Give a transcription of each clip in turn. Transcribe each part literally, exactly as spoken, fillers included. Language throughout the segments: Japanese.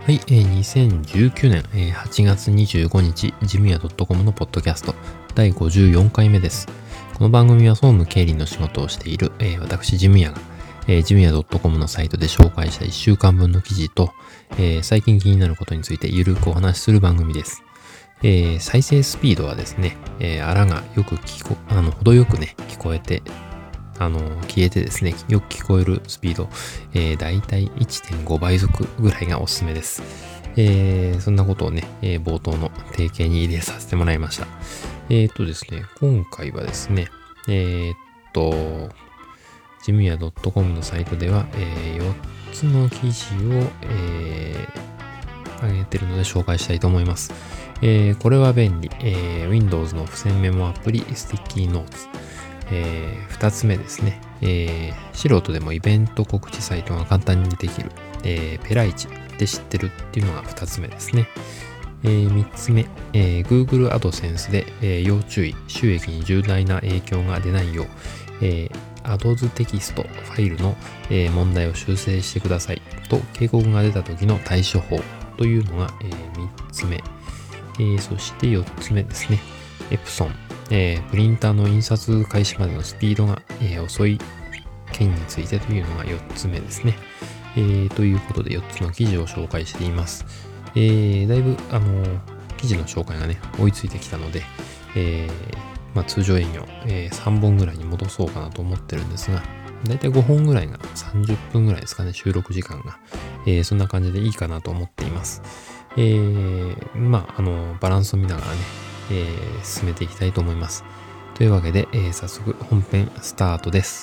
はい、えー、にせんじゅうきゅうねん、えー、はちがつにじゅうごにち、ジムヤ .com のポッドキャストだいごじゅうよんかいめです。この番組は総務経理の仕事をしている、えー、私ジムヤが、えー、ジムヤ .com のサイトで紹介したいっしゅうかんぶんの記事と、えー、最近気になることについてゆるくお話しする番組です。えー、再生スピードはですね、えー、あらがよく聞こ、あの、程よくね、聞こえて、あの、消えてですね、よく聞こえるスピード、えー、だいたい いってんご 倍速ぐらいがおすすめです。えー、そんなことをね、えー、冒頭の定型に入れさせてもらいました。えーとですね、今回はですね、えー、っと、ジムヤ .com のサイトでは、えー、よっつの記事を、えー、上げてるので紹介したいと思います。えー、これは便利、えー、Windows の付箋メモアプリ Sticky Notes。えー、ふたつめですね、えー、素人でもイベント告知サイトが簡単にできる、えー、ペライチで知ってるっていうのがふたつめですね。えー、みっつめ、えー、Google AdSense で、えー、要注意、収益に重大な影響が出ないよう、えー、Ads テキストファイルの、えー、問題を修正してくださいと警告が出た時の対処法というのが、えー、みっつめ、えー、そしてよっつめですね、Epsonえー、プリンターの印刷開始までのスピードが、えー、遅い件についてというのがよっつめですね。えー、ということでよっつの記事を紹介しています。えー、だいぶ、あのー、記事の紹介がね、追いついてきたので、えーまあ、通常営業、えー、さんぼんぐらいに戻そうかなと思ってるんですが、だいたいごほんぐらいがさんじゅっぷんぐらいですかね、収録時間が。えー、そんな感じでいいかなと思っています。えー、まあ、あのー、バランスを見ながらね、えー、進めていきたいと思います。というわけで、えー、早速本編スタートです。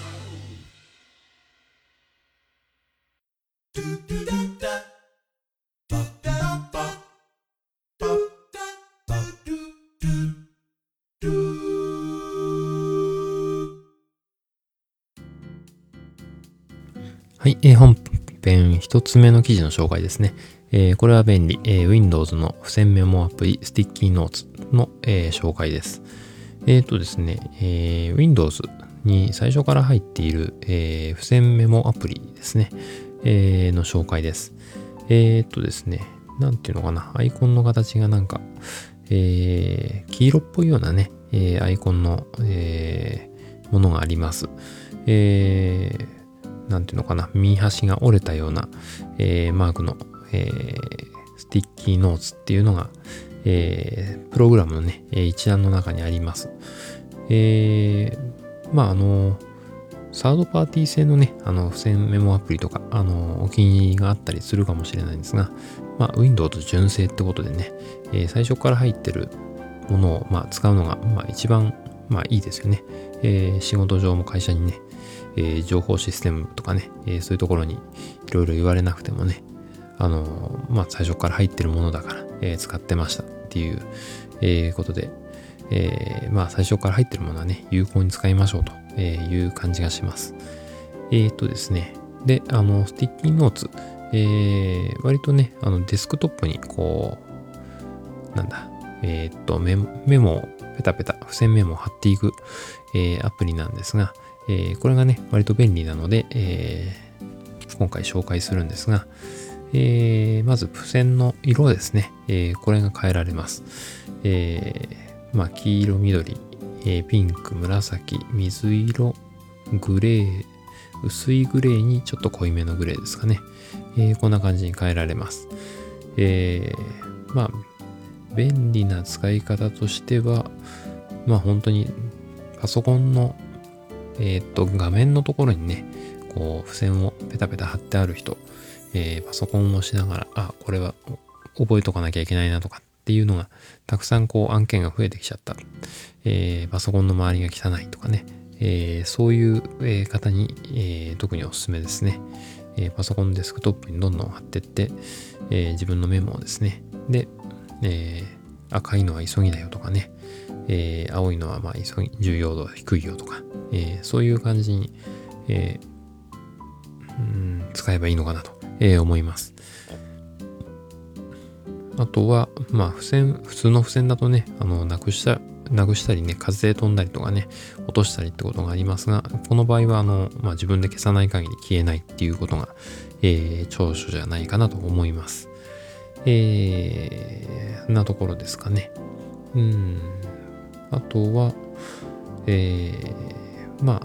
はい、えー、本編一つ目の記事の紹介ですね。えー、これは便利、えー、Windows の付箋メモアプリ Sticky Notes の、えー、紹介です。えっとですね、えー、Windows に最初から入っている、えー、付箋メモアプリですね、えー、の紹介です。えっとですね、なんていうのかな、アイコンの形がなんか、えー、黄色っぽいようなね、えー、アイコンの、えー、ものがあります。えー、なんていうのかな、右端が折れたような、えー、マークの、えー、スティッキーノーツっていうのが、えー、プログラムのね、一覧の中にあります。えー、まああの、サードパーティー製のね、あの、付箋メモアプリとか、あの、お気に入りがあったりするかもしれないんですが、まあ、Windows 純正ってことでね、えー、最初から入ってるものを、まあ、使うのが、まあ、一番、まあ、いいですよね。えー、仕事上も会社にね、えー、情報システムとかね、えー、そういうところにいろいろ言われなくてもね、あの、まあ、最初から入ってるものだから、えー、使ってましたっていう、えー、ことで、えー、まあ、最初から入ってるものはね、有効に使いましょうという感じがします。えー、っとですね、で、あの、スティッキーノーツ、えー、割とね、あの、デスクトップにこう、なんだ、えー、っとメモ、メモをペタペタ、付箋メモを貼っていく、えー、アプリなんですが、えー、これがね、割と便利なので、えー、今回紹介するんですが、えー、まず付箋の色ですね、えー、これが変えられます。えー、まあ、黄色、緑、えー、ピンク、紫、水色、グレー、薄いグレーにちょっと濃いめのグレーですかね。えー、こんな感じに変えられます。えー、まあ、便利な使い方としては、まあ本当にパソコンの、えー、っと画面のところにね、こう付箋をペタペタ貼ってある人、えー、パソコンをしながら、あ、これは覚えとかなきゃいけないなとかっていうのが、たくさんこう案件が増えてきちゃった。えー、パソコンの周りが汚いとかね、えー、そういう、えー、方に、えー、特におすすめですね。えー、パソコンのデスクトップにどんどん貼ってって、えー、自分のメモをですね、で、えー、赤いのは急ぎだよとかね、えー、青いのはまあ急ぎ重要度低いよとか、えー、そういう感じに、えー、うん使えばいいのかなと、えー、思います。あとは、まあ付箋、普通の付箋だとね、あの、なくした、なくしたりね、風で飛んだりとかね、落としたりってことがありますが、この場合は、あの、まあ自分で消さない限り消えないっていうことが、 えー、長所じゃないかなと思います。えー、そんなところですかね。うん。あとは、えー、まあ、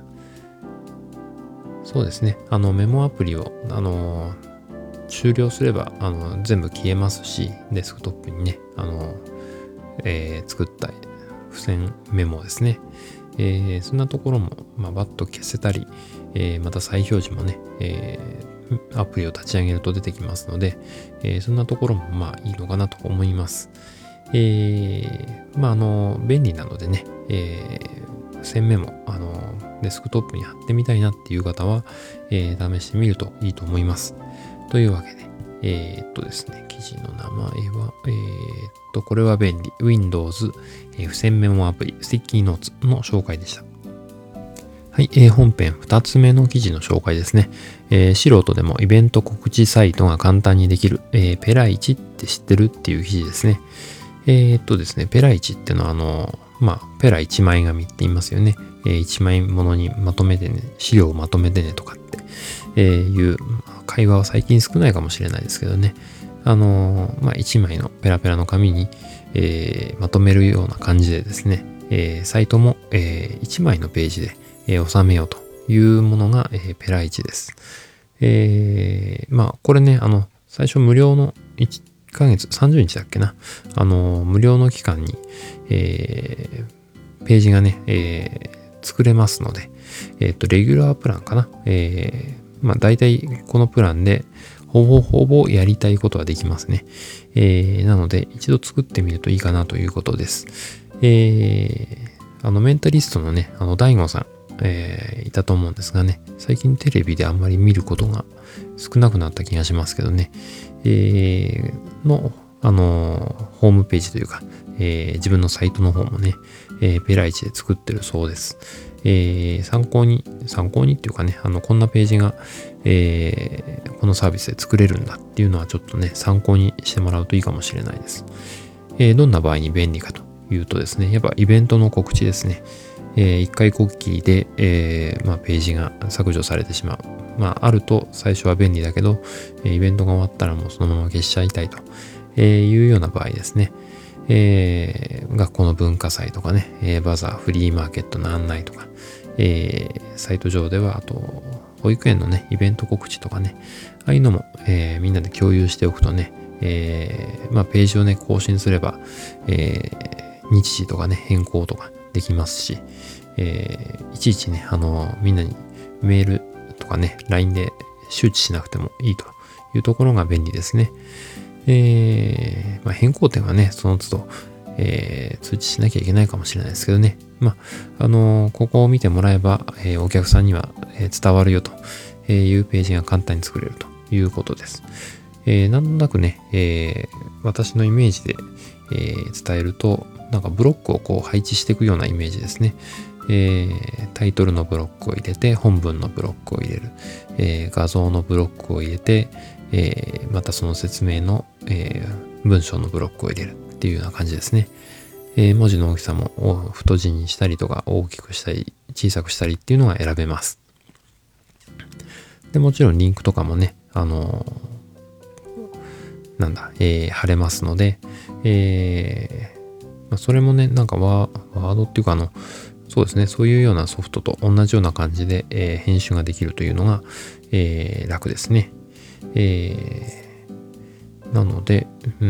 そうですね。あの、メモアプリを、あの、終了すれば、あの、全部消えますし、デスクトップにね、あの、えー、作った付箋メモですね。えー、そんなところも、まあ、バッと消せたり、えー、また再表示もね、えー、アプリを立ち上げると出てきますので、えー、そんなところもまあいいのかなと思います。えー、まああの、便利なのでね、えー、付箋メモ、あの、デスクトップに貼ってみたいなっていう方は、えー、試してみるといいと思います。というわけで、えー、っとですね、記事の名前は、えー、っと、これは便利、Windows、えー、付箋メモアプリ、Sticky Notes の紹介でした。はい、えー、本編ふたつめの記事の紹介ですね。えー、素人でもイベント告知サイトが簡単にできる、えー、ペライチって知ってるっていう記事ですね。えー、っとですね、ペライチってのはあの、まあ、ペラいちまい紙って言いますよね。えー、いちまいものにまとめてね、資料をまとめてねとかって、えー、いう会話は最近少ないかもしれないですけどね。あのー、まあ、いちまいのペラペラの紙に、えー、まとめるような感じでですね、えー、サイトも、えー、いちまいのページで、えー、収めようというものが、えー、ペラいちです。えー、まあ、これね、あの、最初無料のいっかげつ、さんじゅうにちだっけな、あのー、無料の期間に、えー、ページがね、えー、作れますので、えっと、レギュラープランかな。えー、まあ、大体このプランで、ほぼほぼやりたいことはできますね。えー、なので、一度作ってみるといいかなということです。えー、あの、メンタリストのね、あの、大悟さん、えー、いたと思うんですがね、最近テレビであんまり見ることが少なくなった気がしますけどね、えー、の、あの、ホームページというか、えー、自分のサイトの方もね、えー、ペライチで作ってるそうです。えー、参考に、参考にっていうかね、あの、こんなページが、えー、このサービスで作れるんだっていうのはちょっとね、参考にしてもらうといいかもしれないです。えー、どんな場合に便利かというとですね、やっぱイベントの告知ですね。えー、一回こっきりで、えーまあ、ページが削除されてしまう。まあ、あると最初は便利だけど、イベントが終わったらもうそのまま消しちゃいたいというような場合ですね。えー、学校の文化祭とかね、えー、バザー、フリーマーケットの案内とか、えー、サイト上では、あと、保育園のね、イベント告知とかね、ああいうのも、えー、みんなで共有しておくとね、えー、まあ、ページをね、更新すれば、えー、日時とかね、変更とかできますし、えー、いちいちね、あの、みんなにメールとかね、ライン で周知しなくてもいいというところが便利ですね。えーまあ、変更点はね、その都度、えー、通知しなきゃいけないかもしれないですけどね。まあ、あのー、ここを見てもらえば、えー、お客さんには、えー、伝わるよというページが簡単に作れるということです。えー、なんとなくね、えー、私のイメージで、えー、伝えると、なんかブロックをこう配置していくようなイメージですね。えー、タイトルのブロックを入れて、本文のブロックを入れる、えー、画像のブロックを入れて、えー、またその説明の、えー、文章のブロックを入れるっていうような感じですね。えー、文字の大きさも太字にしたりとか大きくしたり小さくしたりっていうのが選べます。でもちろんリンクとかもね、あのー、なんだ、えー、貼れますので、えーまあ、それもね、なんかワー、ワードっていうかあの、そうですね、そういうようなソフトと同じような感じで、えー、編集ができるというのが、えー、楽ですね。えー、なので、うん、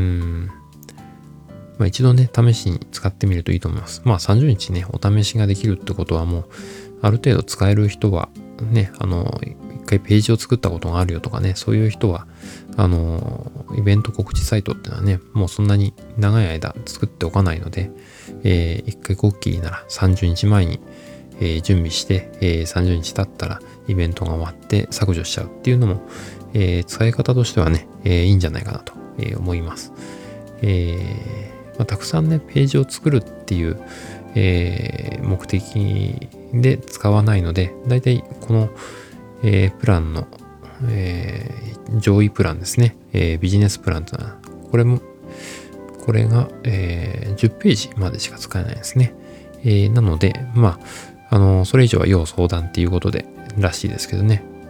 まあ、一度ね、試しに使ってみるといいと思います。まあさんじゅうにちね、お試しができるってことはもう、ある程度使える人は、ね、あの、一回ページを作ったことがあるよとかね、そういう人は、あの、イベント告知サイトっていうのはね、もうそんなに長い間作っておかないので、えー、一回こっきりならさんじゅうにちまえに、えー、準備して、えー、さんじゅうにち経ったらイベントが終わって削除しちゃうっていうのも、えー、使い方としてはね、えー、いいんじゃないかなと思います。えーまあ、たくさんね、ページを作るっていう、えー、目的で使わないので、だいたいこの、えー、プランの、えー、上位プランですね、えー、ビジネスプランというのは、これも、これが、えー、じゅっページまでしか使えないですね。えー、なので、まあ、あの、それ以上は要相談っていうことで、らしいですけどね。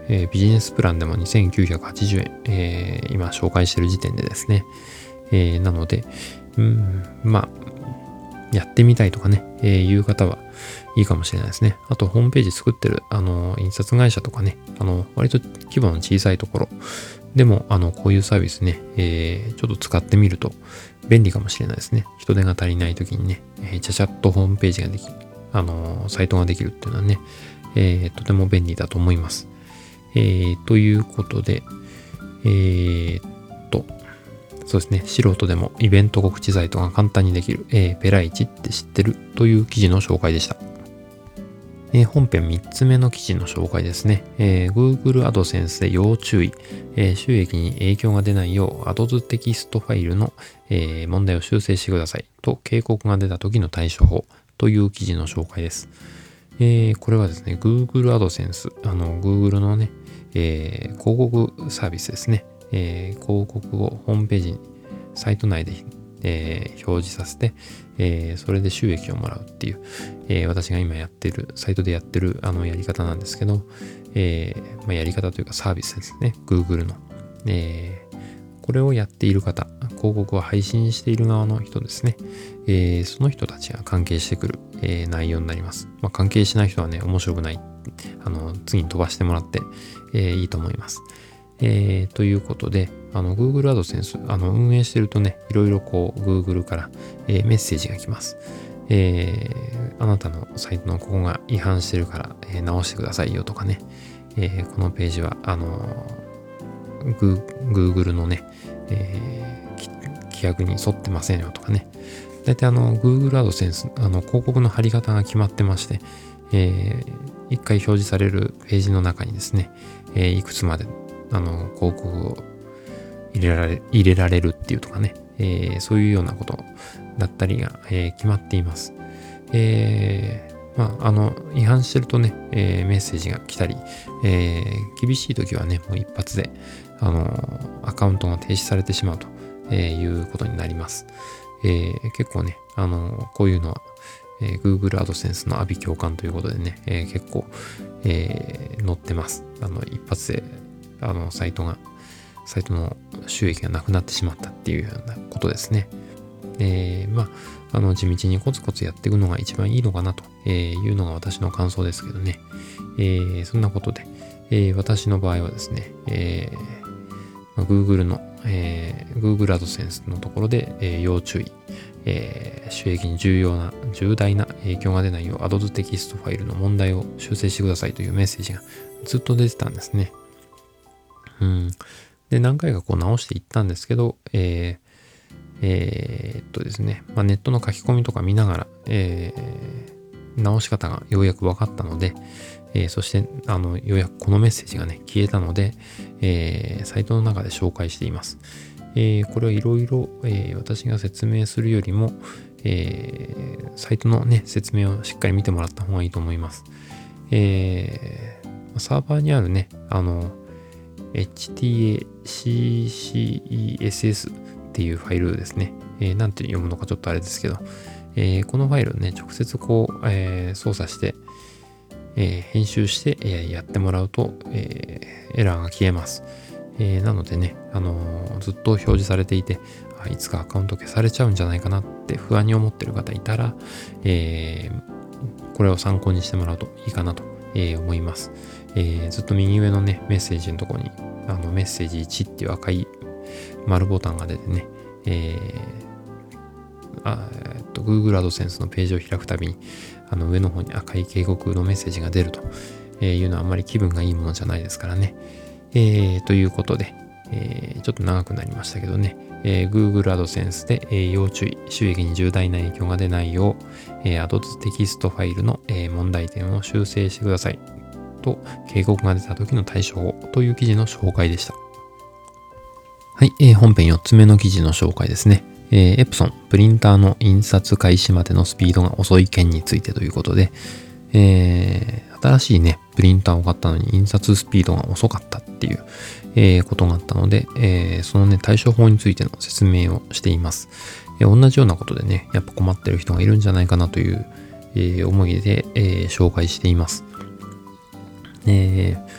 えー、ビジネスプランでもにせんきゅうひゃくはちじゅうえん、えー、今紹介している時点でですね、えー、なので、うん、まあ、やってみたいとかね、えー、いう方はいいかもしれないですね。あと、ホームページ作ってる、あの、印刷会社とかね、あの、割と規模の小さいところでも、あの、こういうサービスね、えー、ちょっと使ってみると便利かもしれないですね。人手が足りない時にね、えー、ちゃちゃっとホームページができる、あの、サイトができるっていうのはね、えー、とても便利だと思います。えー、ということで、えー、っと、そうですね、素人でもイベント告知サイトが簡単にできる、えー、ペライチって知ってるという記事の紹介でした。えー、本編みっつめの記事の紹介ですね。えー、Google AdSense で要注意、えー、収益に影響が出ないよう Ads テキストファイルの、えー、問題を修正してくださいと警告が出た時の対処法という記事の紹介です。えー、これはですね、Google AdSense、あの、Google のね、えー、広告サービスですね。えー、広告をホームページに、サイト内で、えー、表示させて、えー、それで収益をもらうっていう、えー、私が今やってる、サイトでやってるあのやり方なんですけど、えーまあ、やり方というかサービスですね。Google の。えー、これをやっている方、広告を配信している側の人ですね。えー、その人たちが関係してくる、えー、内容になります。まあ、関係しない人はね、面白くない。あの、次に飛ばしてもらって、えー、いいと思います。えー、ということで、あの、Google AdSense、あの、運営してるとね、いろいろこう、Google から、えー、メッセージが来ます。えー、あなたのサイトのここが違反してるから、えー、直してくださいよとかね、えー、このページは、あのー、Google のね、えー、規約に沿ってませんよとかね。だいたいあの Google AdSense、あの広告の貼り方が決まってまして、えー、一回表示されるページの中にですね、えー、いくつまであの広告を入れられ入れられるっていうとかね、えー、そういうようなことだったりが、えー、決まっています。えー、まあ、あの違反してるとね、えー、メッセージが来たり、えー、厳しい時はね、もう一発であのアカウントが停止されてしまうということになります。えー、結構ね、あのこういうのは、えー、Google AdSense の阿鼻共感ということでね、えー、結構、えー、載ってます。あの一発であのサイトがサイトの収益がなくなってしまったっていうようなことですね。えー、まあ、あの地道にコツコツやっていくのが一番いいのかなというのが私の感想ですけどね。えー、そんなことで、えー、私の場合はですね、えーまあ、Google の、えー、Google AdSense のところで、えー、要注意、えー、収益に重要な重大な影響が出ないよう Ads テキストファイルの問題を修正してくださいというメッセージがずっと出てたんですね。うん。で、何回かこう直していったんですけど、えーえー、っとですね、まあ、ネットの書き込みとか見ながら、えー、直し方がようやく分かったので、えー、そしてあのようやくこのメッセージがね消えたので、えー、サイトの中で紹介しています。えー、これはいろいろ私が説明するよりも、えー、サイトのね説明をしっかり見てもらった方がいいと思います。えー、サーバーにあるねあの エイチティーエーシーシーイーエスエス っていうファイルですね。えー、なんて読むのかちょっとあれですけど、えー、このファイルをね直接こう、えー、操作してえー、編集して、えー、やってもらうと、えー、エラーが消えます。えー、なのでね、あのー、ずっと表示されていてあ、いつかアカウント消されちゃうんじゃないかなって不安に思ってる方いたら、えー、これを参考にしてもらうといいかなと、えー、思います。えー、ずっと右上のね、メッセージのところに、あのメッセージいちっていう赤い丸ボタンが出てね、えー、あえっと Google AdSense のページを開くたびにあの上の方に赤い警告のメッセージが出るというのはあんまり気分がいいものじゃないですからね。えー、ということで、えー、ちょっと長くなりましたけどね、えー、Google AdSense で、えー、要注意、収益に重大な影響が出ないよう、えー、Ads テキストファイルの、えー、問題点を修正してくださいと警告が出た時の対処法という記事の紹介でした。はい、えー、本編よっつめの記事の紹介ですね。えー、エプソン、プリンターの印刷開始までのスピードが遅い件についてということで、えー、新しいね、プリンターを買ったのに印刷スピードが遅かったっていう、えー、ことがあったので、えー、そのね、対処法についての説明をしています。えー、同じようなことでね、やっぱ困ってる人がいるんじゃないかなという、えー、思いで、えー、紹介しています。えー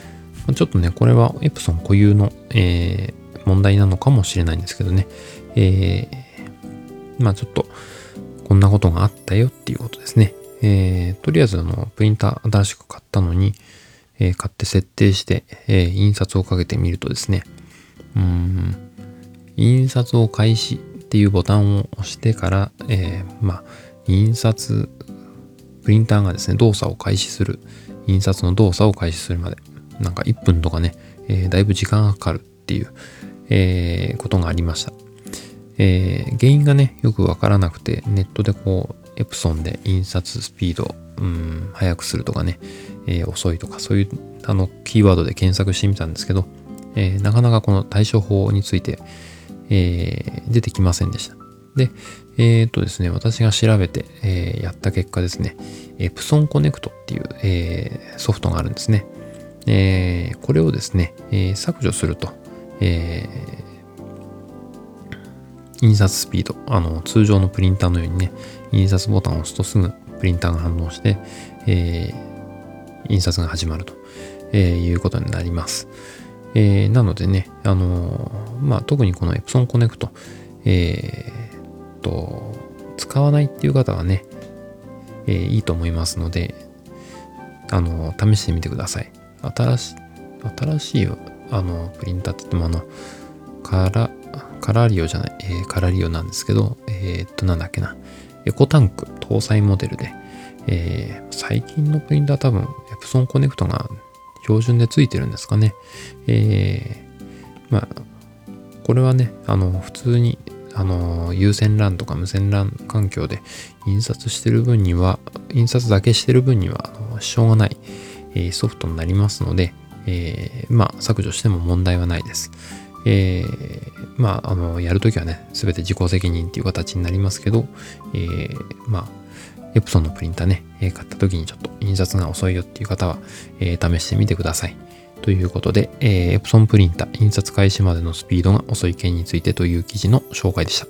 ちょっとね、これはエプソン固有の、えー、問題なのかもしれないんですけどね。えー、まあちょっと、こんなことがあったよっていうことですね。えー、とりあえずあの、プリンター新しく買ったのに、えー、買って設定して、えー、印刷をかけてみるとですね、うーん、印刷を開始っていうボタンを押してから、えー、まあ、印刷、プリンターがですね、動作を開始する、印刷の動作を開始するまで、なんかいっぷんとかね、えー、だいぶ時間がかかるっていう、えー、ことがありました。えー、原因がね、よくわからなくて、ネットでこう、エプソンで印刷スピード、うん、速くするとかね、えー、遅いとか、そういうあのキーワードで検索してみたんですけど、えー、なかなかこの対処法について、えー、出てきませんでした。で、えー、っとですね、私が調べて、えー、やった結果ですね、エプソンコネクトっていう、えー、ソフトがあるんですね。えー、これをですね、えー、削除すると、えー、印刷スピード、あの通常のプリンターのようにね、印刷ボタンを押すとすぐプリンターが反応して、えー、印刷が始まると、えー、いうことになります。えー、なのでね、あのー、まあ、特にこのエプソンコネクト、えー、と、使わないっていう方はね、えー、いいと思いますので、あのー、試してみてください。新しい、新しい、あの、プリンターって言ってもあの、カラ、カラリオじゃない、えー、カラリオなんですけど、えー、っと、なんだっけな、エコタンク搭載モデルで、えー、最近のプリンター多分、エプソンコネクトが標準でついてるんですかね。えー、まあ、これはね、あの、普通に、あの、有線 ラン とか無線 ラン 環境で印刷してる分には、印刷だけしてる分には、あの支障がない、えー、ソフトになりますので、えー、まあ、削除しても問題はないです。えー、まあ、あの、やるときはね、すべて自己責任っていう形になりますけど、えー、まあ、エプソンのプリンターね、えー、買ったときにちょっと印刷が遅いよっていう方は、えー、試してみてください。ということで、えー、エプソンプリンター印刷開始までのスピードが遅い件についてという記事の紹介でした。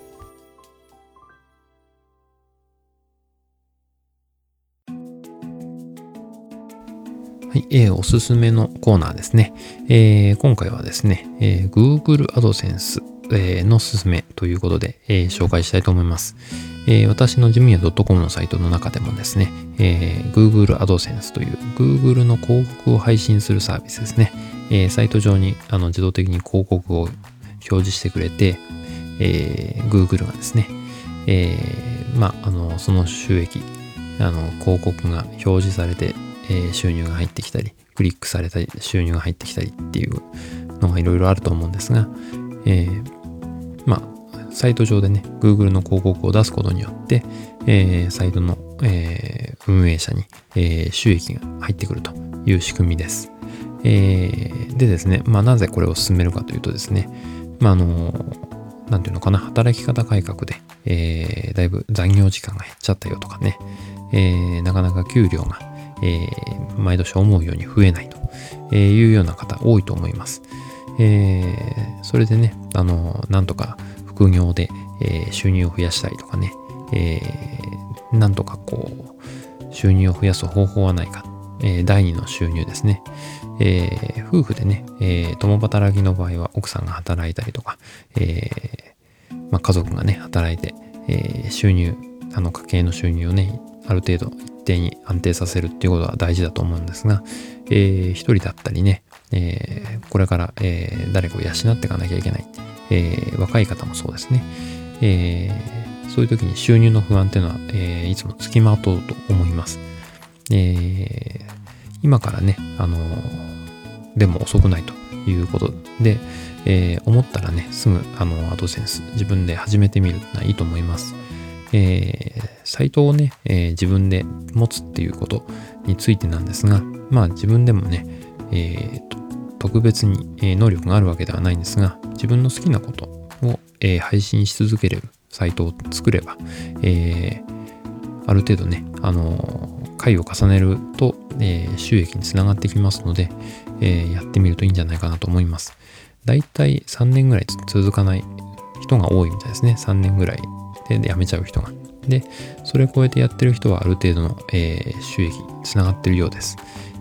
はい、えー、おすすめのコーナーですね。えー、今回はですね、えー、Google AdSense、えー、のすすめということで、えー、紹介したいと思います。えー、私のジムヤ .com のサイトの中でもですね、えー、Google AdSense という Google の広告を配信するサービスですね。えー、サイト上にあの自動的に広告を表示してくれて、えー、Google がですね、えー、まあ、あの、その収益、あの、広告が表示されて、えー、収入が入ってきたり、クリックされたり、収入が入ってきたりっていうのがいろいろあると思うんですが、えー、まあ、サイト上でね、Google の広告を出すことによって、えー、サイトの、えー、運営者に、えー、収益が入ってくるという仕組みです。えー、でですね、まあ、なぜこれを進めるかというとですね、まあ、あの、なんていうのかな、働き方改革で、えー、だいぶ残業時間が減っちゃったよとかね、えー、なかなか給料が、えー、毎年思うように増えないというような方多いと思います。えー、それでね、あの、なんとか副業で、えー、収入を増やしたいとかね、えー、なんとかこう、収入を増やす方法はないか、えー、第二の収入ですね。えー、夫婦でね、えー、共働きの場合は奥さんが働いたりとか、えーまあ、家族がね、働いて、えー、収入、あの家計の収入をね、ある程度一定に安定させるっていうことは大事だと思うんですが、えー、一人だったりね、えー、これから、えー、誰かを養っていかなきゃいけない、えー、若い方もそうですね、えー、そういう時に収入の不安っていうのは、えー、いつもつきまとうと思います。えー、今からね、あのー、でも遅くないということで、えー、思ったらね、すぐあのアドセンス自分で始めてみるのはいいと思います。えー、サイトをね、えー、自分で持つっていうことについてなんですが、まあ自分でもね、えー、と特別に、えー、能力があるわけではないんですが、自分の好きなことを、えー、配信し続けるサイトを作れば、えー、ある程度ね、あのー、回を重ねると、えー、収益につながってきますので、えー、やってみるといいんじゃないかなと思います。だいたいさんねんぐらい続かない人が多いみたいですね。さんねんぐらいで辞めちゃう人が。で、それを超えてやってる人はある程度の、えー、収益につながってるようです。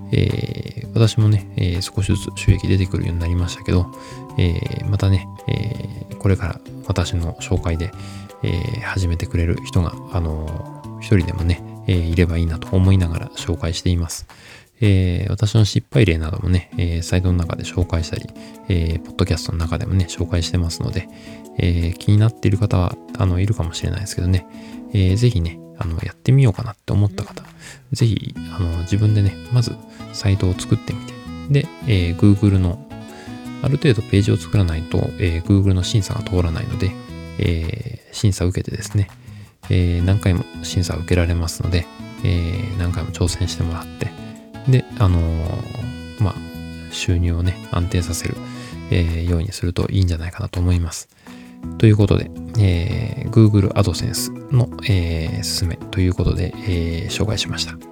えー、私もね、えー、少しずつ収益出てくるようになりましたけど、えー、またね、えー、これから私の紹介で、えー、始めてくれる人が、あのー、一人でもね、えー、いればいいなと思いながら紹介しています。えー、私の失敗例などもね、えー、サイトの中で紹介したり、えー、ポッドキャストの中でもね、紹介してますので、えー、気になっている方は、あの、いるかもしれないですけどね、えー、ぜひね、あの、やってみようかなって思った方、ぜひ、あの、自分でね、まず、サイトを作ってみて、で、えー、Google の、ある程度ページを作らないと、えー、Google の審査が通らないので、えー、審査を受けてですね、えー、何回も審査を受けられますので、えー、何回も挑戦してもらって、で、あのー、まあ、収入をね、安定させる、えー、ようにするといいんじゃないかなと思います。ということで、えー、Google AdSense の、えー、勧めということで、えー、紹介しました。はい、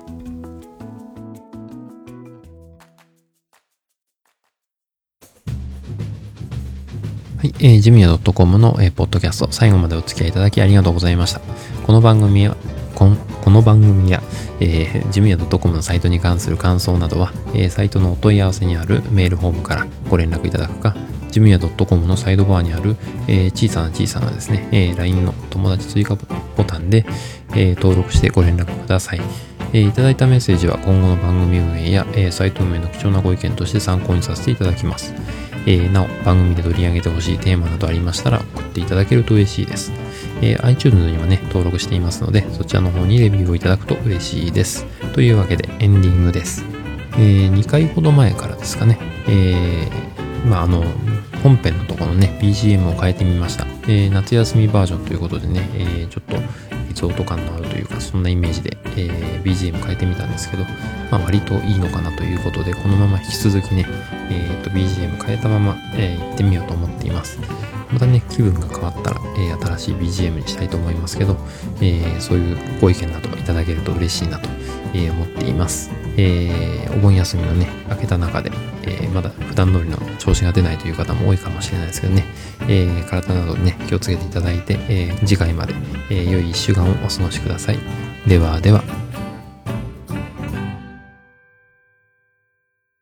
えー、ジムヤ .com の、えー、ポッドキャスト、最後までお付き合いいただきありがとうございました。この番組は、こんこの番組や、えー、ジムヤ .com のサイトに関する感想などは、えー、サイトのお問い合わせにあるメールフォームからご連絡いただくか、ジムヤ .com のサイドバーにある、えー、小さな小さなですね、えー、ライン の友達追加ボタンで、えー、登録してご連絡ください。えー、いただいたメッセージは今後の番組運営や、えー、サイト運営の貴重なご意見として参考にさせていただきます。えー、なお、番組で取り上げてほしいテーマなどありましたら送っていただけると嬉しいです。えー、iTunes にはね、登録していますので、そちらの方にレビューをいただくと嬉しいです。というわけでエンディングです。えー、にかいほど前からですかね、えー、まああの、本編のところのね、ビージーエム を変えてみました。えー、夏休みバージョンということでね、えー、ちょっと、リゾート感のあるというか、そんなイメージで、えー、ビージーエム 変えてみたんですけど、まあ割といいのかなということで、このまま引き続きね、えー、と ビージーエム 変えたまま、えー、行ってみようと思っています。またね、気分が変わったら、えー、新しい ビージーエム にしたいと思いますけど、えー、そういうご意見などいただけると嬉しいなと、えー、思っています。えー、お盆休みのね、明けた中で、えー、まだ普段通りの調子が出ないという方も多いかもしれないですけどね、えー、体などね、気をつけていただいて、えー、次回まで、えー、良いいっしゅうかんをお過ごしください。ではでは。